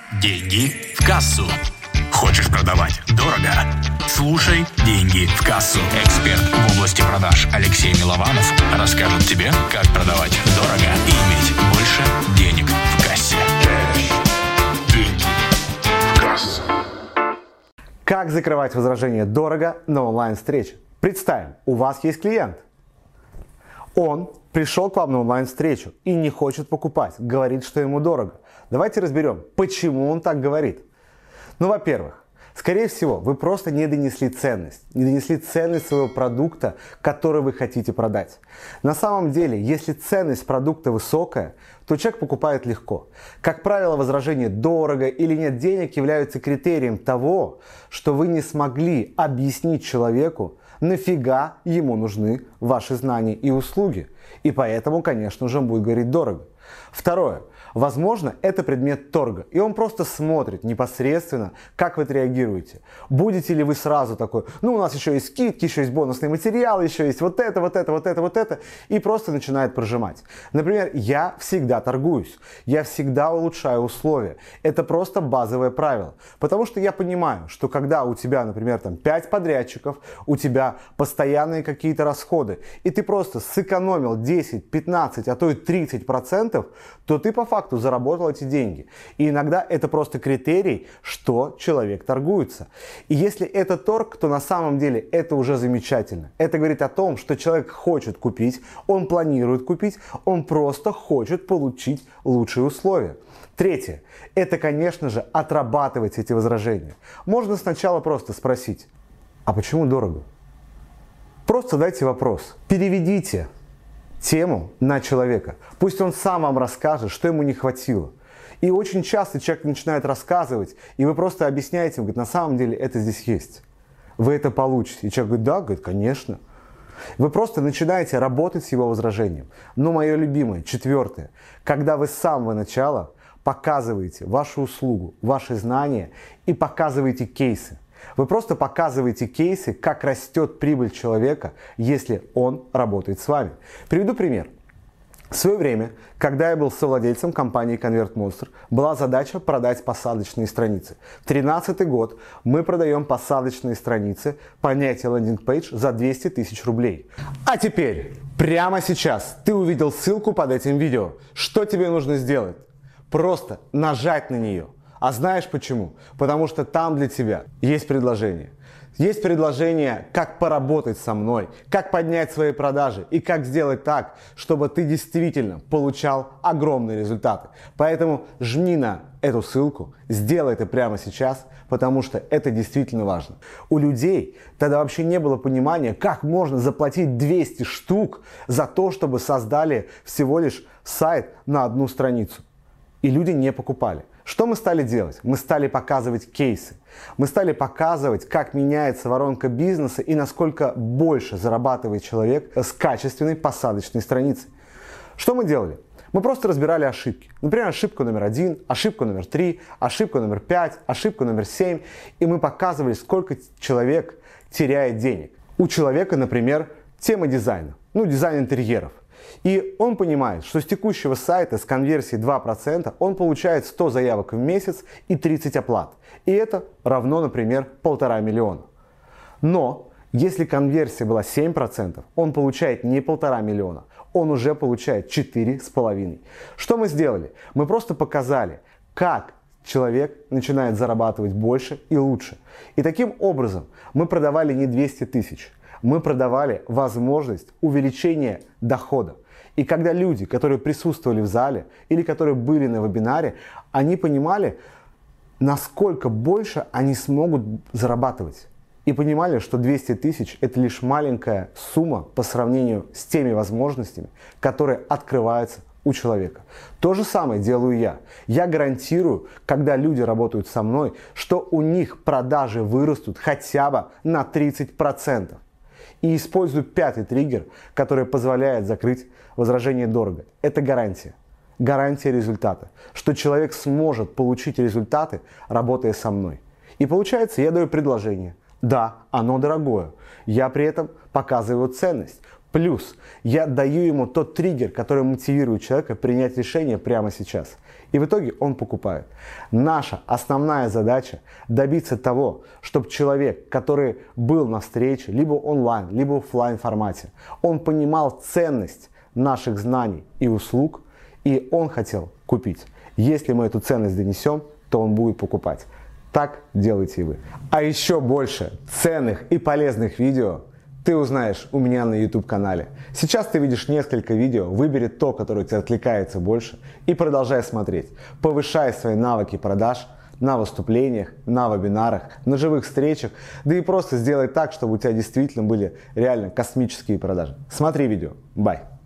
Деньги в кассу. Хочешь продавать дорого? Слушай «Деньги в кассу». Эксперт в области продаж Алексей Милованов расскажет тебе, как продавать дорого и иметь больше денег в кассе. Деньги в кассу. Как закрывать возражение дорого на онлайн-встрече? Представим, у вас есть клиент. Он пришел к вам на онлайн-встречу и не хочет покупать, говорит, что ему дорого. Давайте разберем, почему он так говорит. Ну, во-первых, скорее всего, вы просто не донесли ценность своего продукта, который вы хотите продать. На самом деле, если ценность продукта высокая, то человек покупает легко. Как правило, возражение «дорого» или «нет денег» являются критерием того, что вы не смогли объяснить человеку, нафига ему нужны ваши знания и услуги. И поэтому, конечно же, он будет говорить дорого. Второе. Возможно, это предмет торга, и он просто смотрит непосредственно, как вы отреагируете. Будете ли вы сразу такой, ну у нас еще есть скидки, еще есть бонусные материалы, еще есть вот это, и просто начинает прожимать. Например, я всегда торгуюсь, я всегда улучшаю условия. Это просто базовое правило, потому что я понимаю, что когда у тебя, например, 5 подрядчиков, у тебя постоянные какие-то расходы, и ты просто сэкономил 10, 15, а то и 30%, то ты по факту заработал эти деньги. И иногда это просто критерий, что человек торгуется. И если это торг, то на самом деле это уже замечательно. Это говорит о том, что человек хочет купить, он планирует купить, он просто хочет получить лучшие условия. Третье. Это, конечно же, отрабатывать эти возражения. Можно сначала просто спросить, а почему дорого? Просто задайте вопрос, переведите тему на человека. Пусть он сам вам расскажет, что ему не хватило. И очень часто человек начинает рассказывать, и вы просто объясняете ему, говорит, на самом деле это здесь есть. Вы это получите. И человек говорит, да, говорит, конечно. Вы просто начинаете работать с его возражением. Но мое любимое, четвертое, когда вы с самого начала показываете вашу услугу, ваши знания и показываете кейсы. Вы просто показываете кейсы, как растет прибыль человека, если он работает с вами. Приведу пример. В свое время, когда я был совладельцем компании Convert Monster, была задача продать посадочные страницы. 2013 год мы продаем посадочные страницы, понятие лендинг-пейдж, за 200 тысяч рублей. А теперь, прямо сейчас, ты увидел ссылку под этим видео. Что тебе нужно сделать? Просто нажать на нее. А знаешь почему? Потому что там для тебя есть предложение. Есть предложение, как поработать со мной, как поднять свои продажи и как сделать так, чтобы ты действительно получал огромные результаты. Поэтому жми на эту ссылку, сделай это прямо сейчас, потому что это действительно важно. У людей тогда вообще не было понимания, как можно заплатить 200 штук за то, чтобы создали всего лишь сайт на одну страницу. И люди не покупали. Что мы стали делать? Мы стали показывать кейсы. Мы стали показывать, как меняется воронка бизнеса и насколько больше зарабатывает человек с качественной посадочной страницей. Что мы делали? Мы просто разбирали ошибки. Например, ошибку номер 1, ошибку номер 3, ошибку номер 5, ошибку номер 7. И мы показывали, сколько человек теряет денег. У человека, например, тема дизайна, дизайн интерьеров. И он понимает, что с текущего сайта с конверсией 2% он получает 100 заявок в месяц и 30 оплат. И это равно, например, 1,5 миллиона. Но если конверсия была 7%, он получает не 1,5 миллиона, он уже получает 4,5. Что мы сделали? Мы просто показали, как человек начинает зарабатывать больше и лучше. И таким образом мы продавали не 200 тысяч. Мы продавали возможность увеличения дохода. И когда люди, которые присутствовали в зале или которые были на вебинаре, они понимали, насколько больше они смогут зарабатывать. И понимали, что 200 тысяч – это лишь маленькая сумма по сравнению с теми возможностями, которые открываются у человека. То же самое делаю я. Я гарантирую, когда люди работают со мной, что у них продажи вырастут хотя бы на 30%. И использую пятый триггер, который позволяет закрыть возражение дорого. Это гарантия. Гарантия результата. Что человек сможет получить результаты, работая со мной. И получается, я даю предложение. Да, оно дорогое. Я при этом показываю ценность. Плюс я даю ему тот триггер, который мотивирует человека принять решение прямо сейчас. И в итоге он покупает. Наша основная задача добиться того, чтобы человек, который был на встрече, либо онлайн, либо в офлайн формате, он понимал ценность наших знаний и услуг, и он хотел купить. Если мы эту ценность донесем, то он будет покупать. Так делайте и вы. А еще больше ценных и полезных видео ты узнаешь у меня на YouTube-канале. Сейчас ты видишь несколько видео, выбери то, которое тебе откликается больше, и продолжай смотреть. Повышай свои навыки продаж на выступлениях, на вебинарах, на живых встречах, да и просто сделай так, чтобы у тебя действительно были реально космические продажи. Смотри видео. Бай!